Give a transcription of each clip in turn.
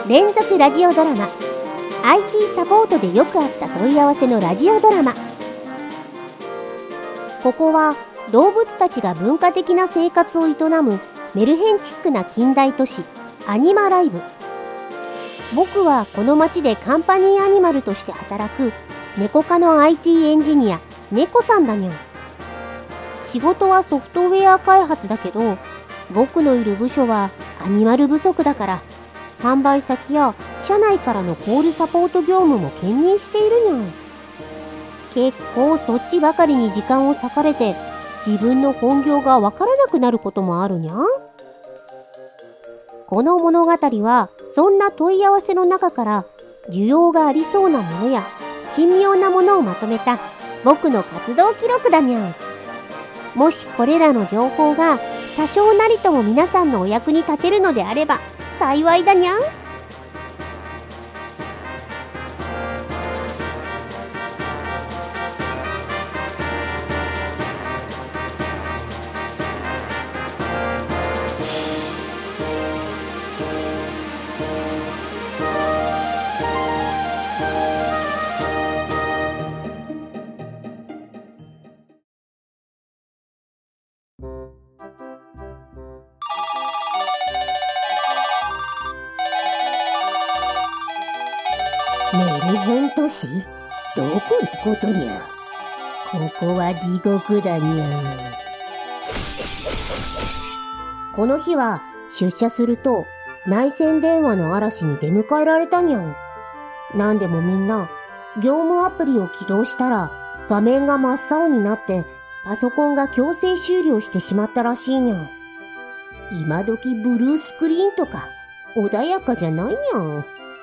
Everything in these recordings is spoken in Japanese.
連続ラジオドラマ IT サポートでよくあった問い合わせのラジオドラマ。ここは動物たちが文化的な生活を営むメルヘンチックな近代都市アニマライブ。僕はこの町でカンパニーアニマルとして働く猫科の IT エンジニア猫さんだにゃん。仕事はソフトウェア開発だけど、僕のいる部署はアニマル不足だから、販売先や社内からのコールサポート業務も兼任しているにゃん。結構そっちばかりに時間を割かれて、自分の本業がわからなくなることもあるにゃん。この物語はそんな問い合わせの中から需要がありそうなものや珍妙なものをまとめた僕の活動記録だにゃん。もしこれらの情報が多少なりとも皆さんのお役に立てるのであれば幸いだにゃん。 メルヘン都市？どこのことにゃ？ここは地獄だにゃ。 この日は出社すると内線電話の嵐に出迎えられたにゃん。なんでもみんな業務アプリを起動したら画面が真っ青になってパソコンが強制終了してしまったらしいにゃん。今時ブルースクリーンとか穏やかじゃないにゃん。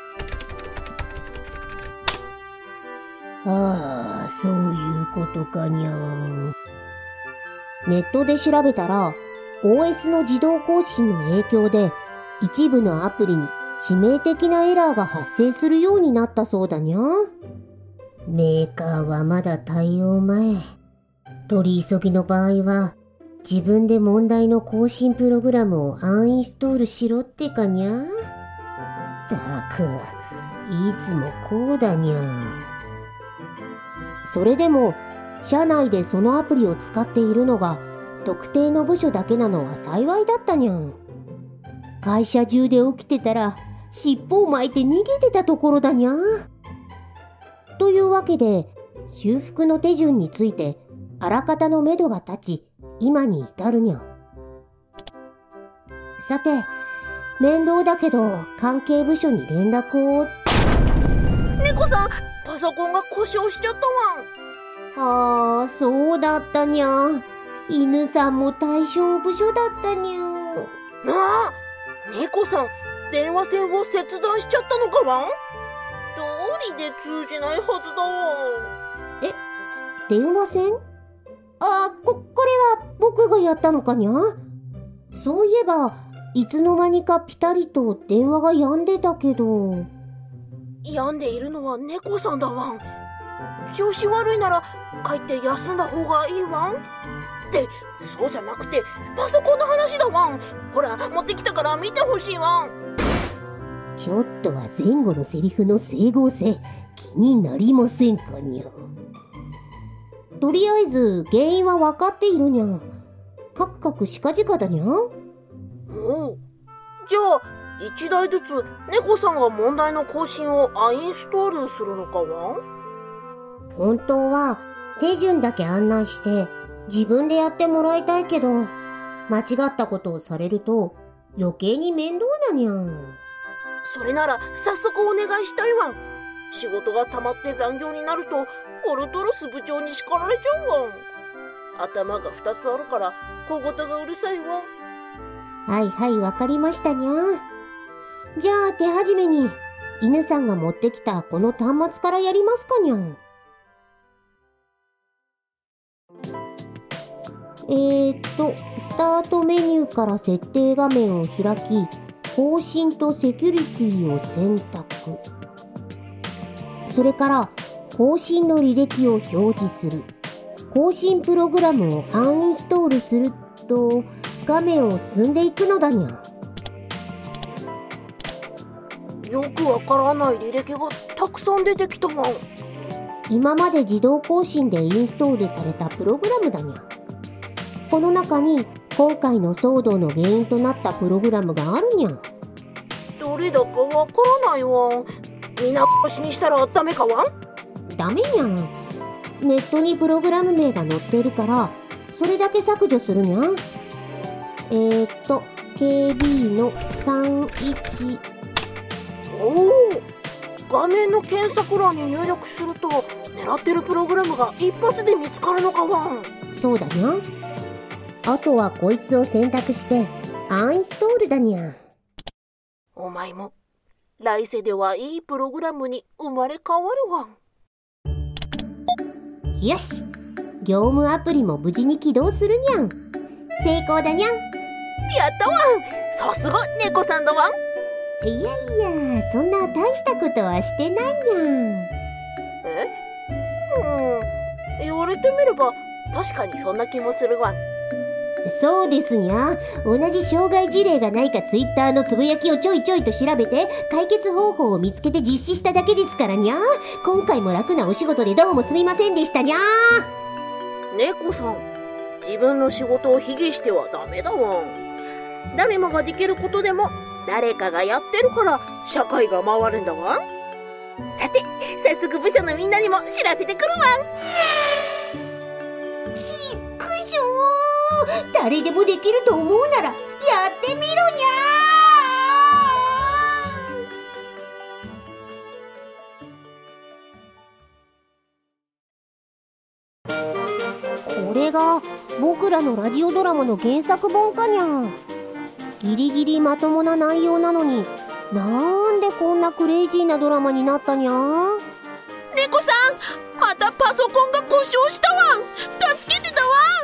ああ、そういうことかにゃん。 ネットで調べたら OS の自動更新の影響で一部のアプリに致命的なエラーが発生するようになったそうだにゃ。 メーカーはまだ対応前。取り急ぎの場合は自分で問題の更新プログラムをアンインストールしろってかにゃ。ったく、いつもこうだにゃ。 それでも社内でそのアプリを使っているのが特定の部署だけなのは幸いだったにゃん。会社中で起きてたら尻尾を巻いて逃げてたところだにゃ。というわけで修復の手順についてあらかたのめどが立ち今に至るにゃん。さて面倒だけど関係部署に連絡を。 猫さん、パソコンが故障しちゃったわん。ああ、そうだったにゃ。犬さんも対象部署だったにゃ。 ああ、猫さん、電話線を切断しちゃったのかわん。道理で通じないはずだわ。 え、電話線？これは僕がやったのかにゃ。そういえばいつの間にかピタリと電話が止んでたけど。 病んでいるのは猫さんだわん。調子悪いなら帰って休んだ方がいいわん。ってそうじゃなくてパソコンの話だわん。ほら持ってきたから見てほしいわん。 ちょっとは前後のセリフの整合性気になりませんかにゃ。 とりあえず原因は分かっているにゃ。カクカクしかじかだにゃ。 おう、じゃあ1台ずつ猫さんが問題の更新をアインストールするのかわ。 本当は手順だけ案内して自分でやってもらいたいけど、間違ったことをされると余計に面倒だにゃん。 それなら早速お願いしたいわん。仕事が溜まって残業になるとオルトロス部長に叱られちゃうわん。頭が2つあるから小言がうるさいわん。 はいはい、わかりましたにゃ。じゃあ手始めに犬さんが持ってきたこの端末からやりますかにゃん。スタートメニューから設定画面を開き、更新とセキュリティを選択。それから更新の履歴を表示する。更新プログラムをアンインストールすると画面を進んでいくのだにゃ。 よよくわからない履歴がたくさん出てきたわん。 今まで自動更新でインストールされたプログラムだにゃ。この中に今回の騒動の原因となったプログラムがあるにゃ。 どれだかわからないわん。皆殺しにしたらダメかわん？ ダメにゃん。ネットにプログラム名が載っているからそれだけ削除するにゃ。KB の31。 おお、画面の検索欄に入力すると狙ってるプログラムが一発で見つかるのかわん。 そうだにゃ。あとはこいつを選択してアンインストールだにゃ。 お前も来世ではいいプログラムに生まれ変わるわん。 よし、業務アプリも無事に起動するにゃん。成功だにゃん。 やったわん。さすが猫さんだわん。 いやいや、そんな大したことはしてないにゃん。 言われてみれば確かにそんな気もするわん。 そうですにゃ。同じ障害事例がないかツイッターのつぶやきをちょいちょいと調べて解決方法を見つけて実施しただけですからにゃ。今回も楽なお仕事でどうもすみませんでしたにゃ。 猫さん、自分の仕事を卑下してはダメだわん。誰もができることでも誰かがやってるから社会が回るんだわん。さて、早速部署のみんなにも知らせてくるわん。 ちくしょう、誰でもできると思うならやってみろにゃ。これが僕らのラジオドラマの原作本かにゃ。ギリギリまともな内容なのになんでこんなクレイジーなドラマになったにゃ。 猫さん、またパソコンが故障したわん。助けてた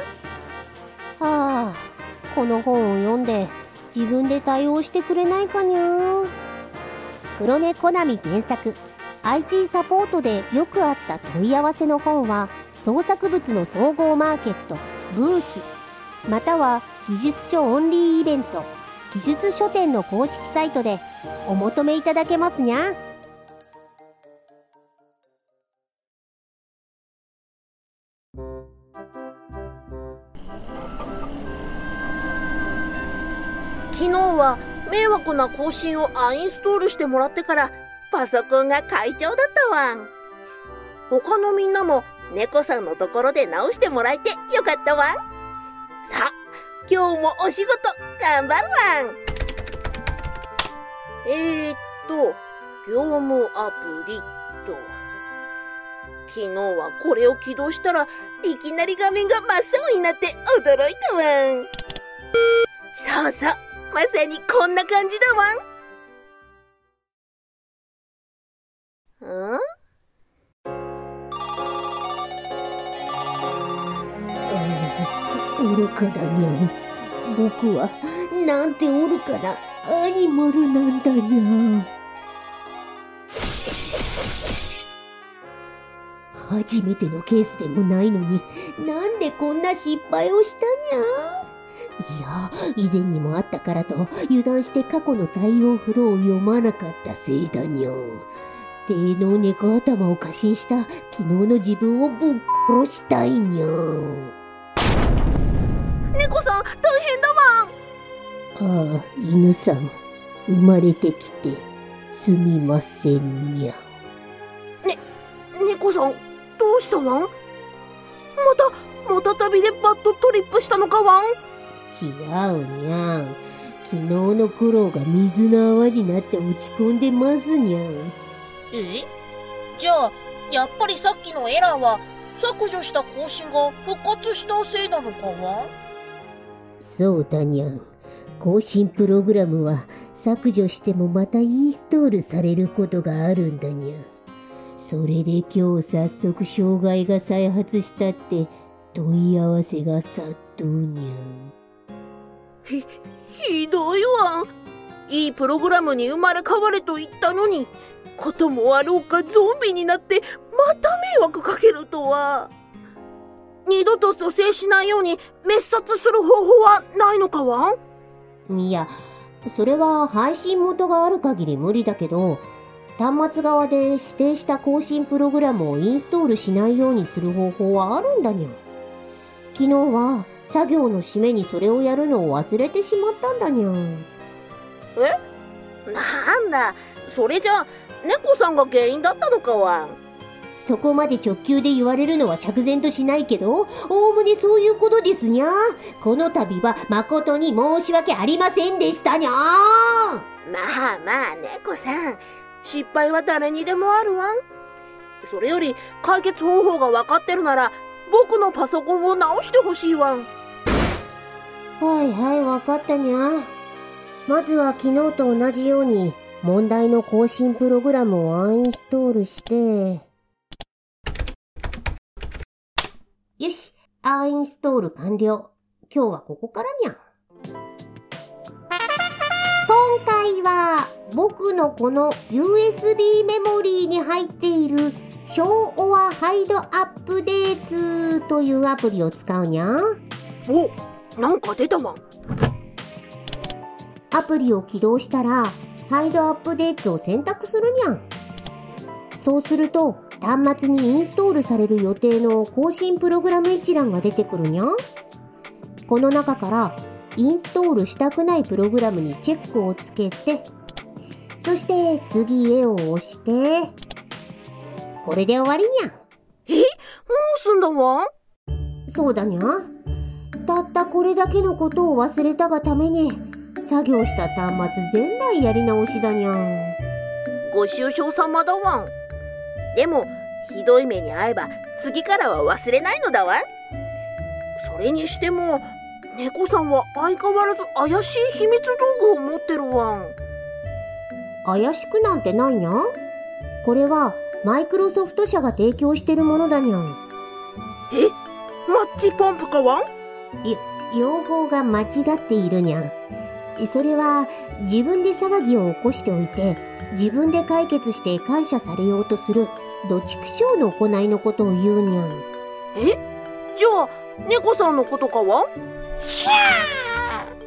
わん。この本を読んで自分で対応してくれないかにゃ。黒根コナミ原作 IT サポートでよくあった問い合わせの本は創作物の総合マーケットブースまたは技術書オンリーイベント技術書店の公式サイトでお求めいただけますにゃ。 昨日は迷惑な更新をアンインストールしてもらってからパソコンが快調だったわん。他のみんなも猫さんのところで直してもらえてよかったわん。さあ、今日もお仕事頑張るわん。業務アプリと。昨日はこれを起動したらいきなり画面が真っ青になって驚いたわん。そうそう、まさにこんな感じだわん。 愚かだにゃん。僕はなんて愚かなアニマルなんだにゃん。初めてのケースでもないのになんでこんな失敗をしたにゃ。いや、以前にもあったからと油断して過去の対応フローを読まなかったせいだにゃん。低能猫頭を過信した昨日の自分をぶっ殺したいにゃん。 猫さん、大変だわん。 ああ、犬さん、生まれてきてすみませんにゃ。 猫さん、どうしたわん？また旅でバッドトリップしたのかわん？ 違うにゃん。昨日の苦労が水の泡になって落ち込んでますにゃん。 じゃあ、やっぱりさっきのエラーは削除した更新が復活したせいなのかわん？ そうだにゃん。更新プログラムは削除してもまたインストールされることがあるんだにゃん。それで今日早速障害が再発したって問い合わせが殺到にゃん。 ひどいわん。いいプログラムに生まれ変われと言ったのに、こともあろうかゾンビになってまた迷惑かけるとは。二度と蘇生しないように滅殺する方法はないのかわん？ いや、 それは配信元がある限り無理だけど、端末側で指定した更新プログラムをインストールしないようにする方法はあるんだにゃ。昨日は作業の締めにそれをやるのを忘れてしまったんだにゃ。 なんだ、それじゃ猫さんが原因だったのかわん。 そこまで直球で言われるのは釈然としないけど、おおむねそういうことですにゃ。この度は誠に申し訳ありませんでしたにゃ。 まあ猫さん、失敗は誰にでもあるわん。それより解決方法が分かってるなら僕のパソコンを直してほしいわん。 はい分かったにゃ。まずは昨日と同じように問題の更新プログラムをアンインストールして、よし、アンインストール完了。今日はここからにゃ。今回は僕のこの USB メモリーに入っているショーオアハイドアップデーツというアプリを使うにゃ。 なんか出たわん。 アプリを起動したらハイドアップデーツを選択するにゃん。そうすると端末にインストールされる予定の更新プログラム一覧が出てくるにゃん。この中からインストールしたくないプログラムにチェックをつけて、そして次へを押して、これで終わりにゃん。 もう済んだわん。 そうだにゃ。たったこれだけのことを忘れたがために作業した端末全来やり直しだにゃん。 ご愁傷様だわん。でもひどい目に遭えば次からは忘れないのだわん。それにしても猫さんは相変わらず怪しい秘密道具を持ってるわん。 怪しくなんてないにゃ。これはマイクロソフト社が提供してるものだにゃん。 マッチポンプかわん。 用法が間違っているにゃん。それは自分で騒ぎを起こしておいて自分で解決して感謝されようとするどちくしょうの行いのことを言うにゃん。 じゃあ猫さんのことかは。 シャー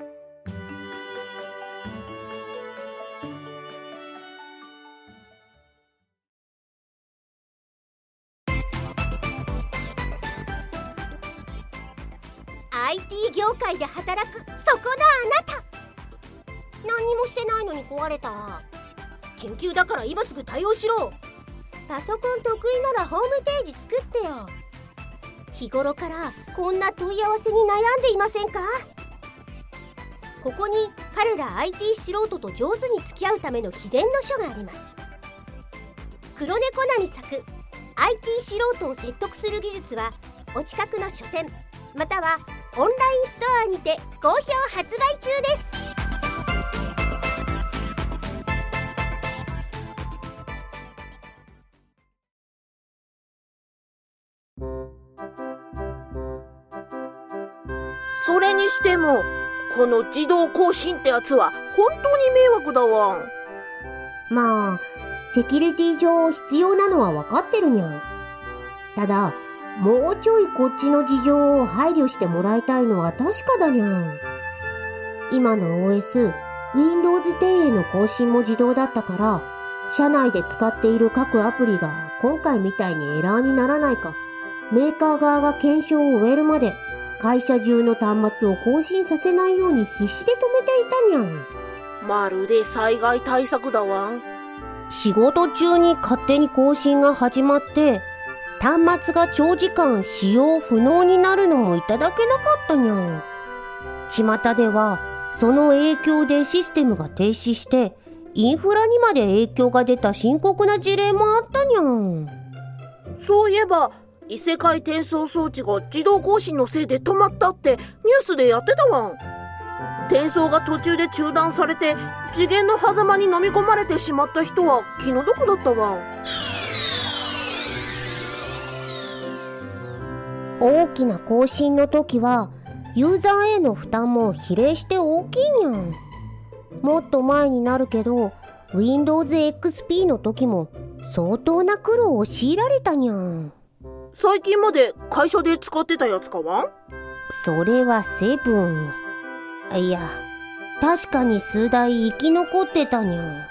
IT 業界で働くそこのあなた、何にもしてないのに壊れた。緊急だから今すぐ対応しろ。パソコン得意ならホームページ作ってよ。日頃からこんな問い合わせに悩んでいませんか？ここに彼ら IT 素人と上手に付き合うための秘伝の書があります。黒猫なに咲く IT 素人を説得する技術はお近くの書店またはオンラインストアにて好評発売中です。 それにしてもこの自動更新ってやつは本当に迷惑だわん。 まあセキュリティ上必要なのは分かってるにゃん。ただもうちょいこっちの事情を配慮してもらいたいのは確かだにゃん。今の OS Windows 10への更新も自動だったから社内で使っている各アプリが今回みたいにエラーにならないかメーカー側が検証を終えるまで会社中の端末を更新させないように必死で止めていたにゃん。 まるで災害対策だわん。 仕事中に勝手に更新が始まって端末が長時間使用不能になるのもいただけなかったにゃん。巷ではその影響でシステムが停止してインフラにまで影響が出た深刻な事例もあったにゃん。 そういえば異世界転送装置が自動更新のせいで止まったってニュースでやってたわん。転送が途中で中断されて次元の狭間に飲み込まれてしまった人は気の毒だったわん。 大きな更新の時はユーザーへの負担も比例して大きいにゃん。もっと前になるけど Windows XP の時も相当な苦労を強いられたにゃん。 最近まで会社で使ってたやつかわん。 それはセブン。いや確かに数台生き残ってたにゃ。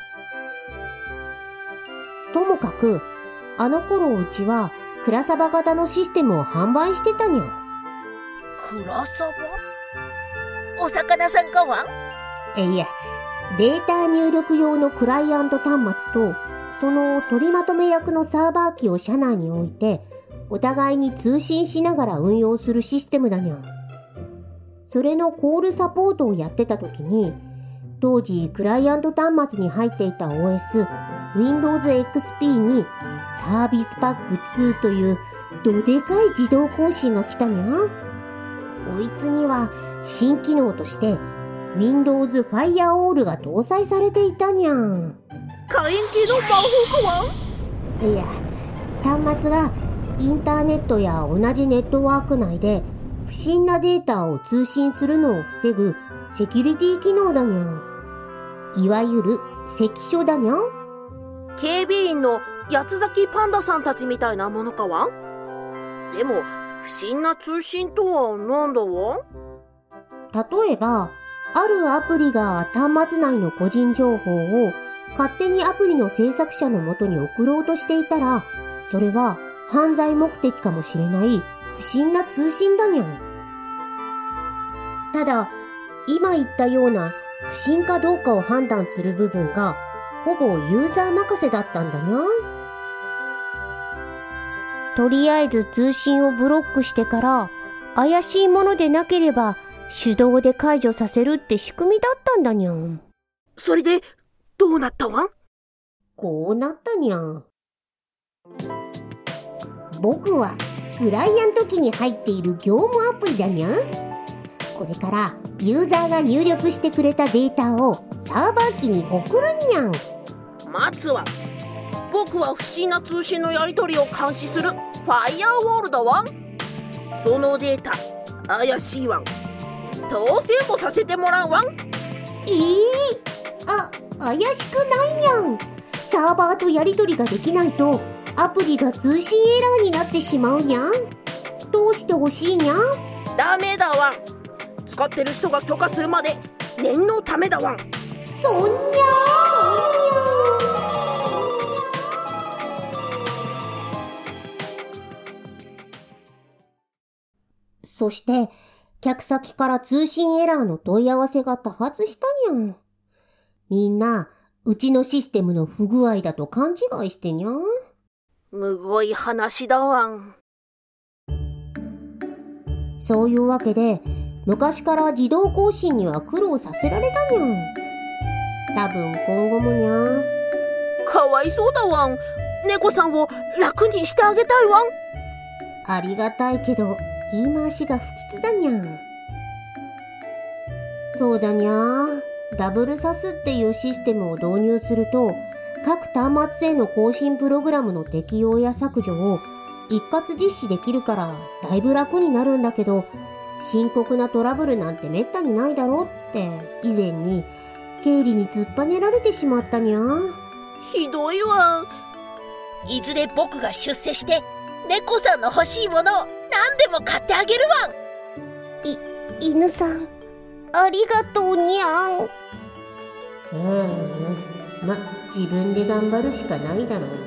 ともかく、あの頃うちはクラサバ型のシステムを販売してたにゃ。 クラサバ？お魚さんかわん？ いや、データ入力用のクライアント端末と、その取りまとめ役のサーバー機を車内に置いて、お互いに通信しながら運用するシステムだにゃ。それのコールサポートをやってた時に、当時クライアント端末に入っていた OS Windows XP にサービスパック2というどでかい自動更新が来たにゃ。こいつには新機能として Windows Firewall が搭載されていたにゃ。 火炎系の魔法かわん？ いや、端末がインターネットや同じネットワーク内で不審なデータを通信するのを防ぐセキュリティ機能だにゃ。いわゆる関所だにゃ。 警備員の八つ咲きパンダさんたちみたいなものかわん？でも不審な通信とはなんだわん？ 例えば、あるアプリが端末内の個人情報を勝手にアプリの制作者の元に送ろうとしていたら、それは犯罪目的かもしれない不審な通信だにゃん。ただ、今言ったような不審かどうかを判断する部分がほぼユーザー任せだったんだにゃん。とりあえず通信をブロックしてから怪しいものでなければ手動で解除させるって仕組みだったんだにゃん。 それでどうなったわん？ こうなったにゃん。僕はクライアント機に入っている業務アプリだにゃん。これからユーザーが入力してくれたデータをサーバー機に送るにゃん。 待つわ。僕は不審な通信のやり取りを監視するファイヤーウォールだわん。そのデータ怪しいわん。統制もさせてもらうわん。 怪しくないにゃん。サーバーとやり取りができないとアプリが通信エラーになってしまうにゃん。どうしてほしいにゃん？ ダメだわん。使ってる人が許可するまで念のためだわん。 そんにゃー。そして客先から通信エラーの問い合わせが多発したにゃん。みんなうちのシステムの不具合だと勘違いしてにゃん。 むごい話だわん。 そういうわけで昔から自動更新には苦労させられたにゃん。多分今後もにゃん。 かわいそうだわん。猫さんを楽にしてあげたいわん。 ありがたいけど言い回しが不吉だにゃん。そうだにゃ。ダブルサスっていうシステムを導入すると各端末への更新プログラムの適用や削除を一括実施できるからだいぶ楽になるんだけど、深刻なトラブルなんてめったにないだろって以前に経理に突っぱねられてしまったにゃ。 ひどいわん。いずれ僕が出世して猫さんの欲しいものを何でも買ってあげるわん。 犬さんありがとうにゃん。自分で頑張るしかないだろうにゃ。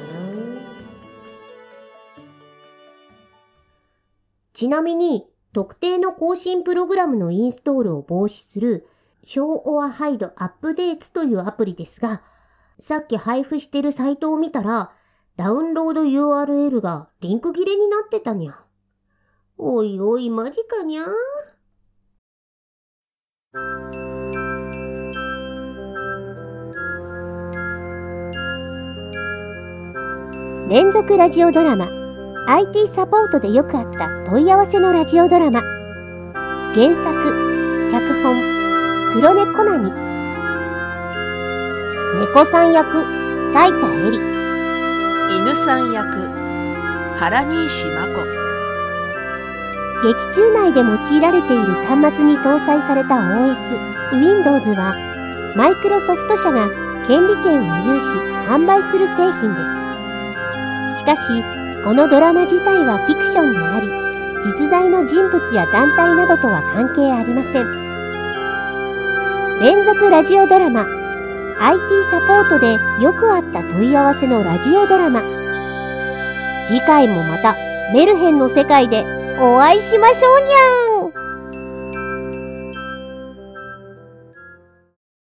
ちなみに特定の更新プログラムのインストールを防止する Show or Hide Updates というアプリですが、さっき配布してるサイトを見たらダウンロード URL がリンク切れになってたにゃ。おいおいマジかにゃ。連続ラジオドラマ IT サポートでよくあった問い合わせのラジオドラマ。原作脚本黒猫コナミ。猫さん役斉田恵里。 犬さん役原西真子。 劇中内で用いられている端末に搭載された OS Windows はマイクロソフト社が権利権を有し販売する製品です。しかしこのドラマ自体はフィクションであり、実在の人物や団体などとは関係ありません。 連続ラジオドラマ IT サポートでよくあった問い合わせのラジオドラマ。次回もまたメルヘンの世界でお会いしましょうにゃー。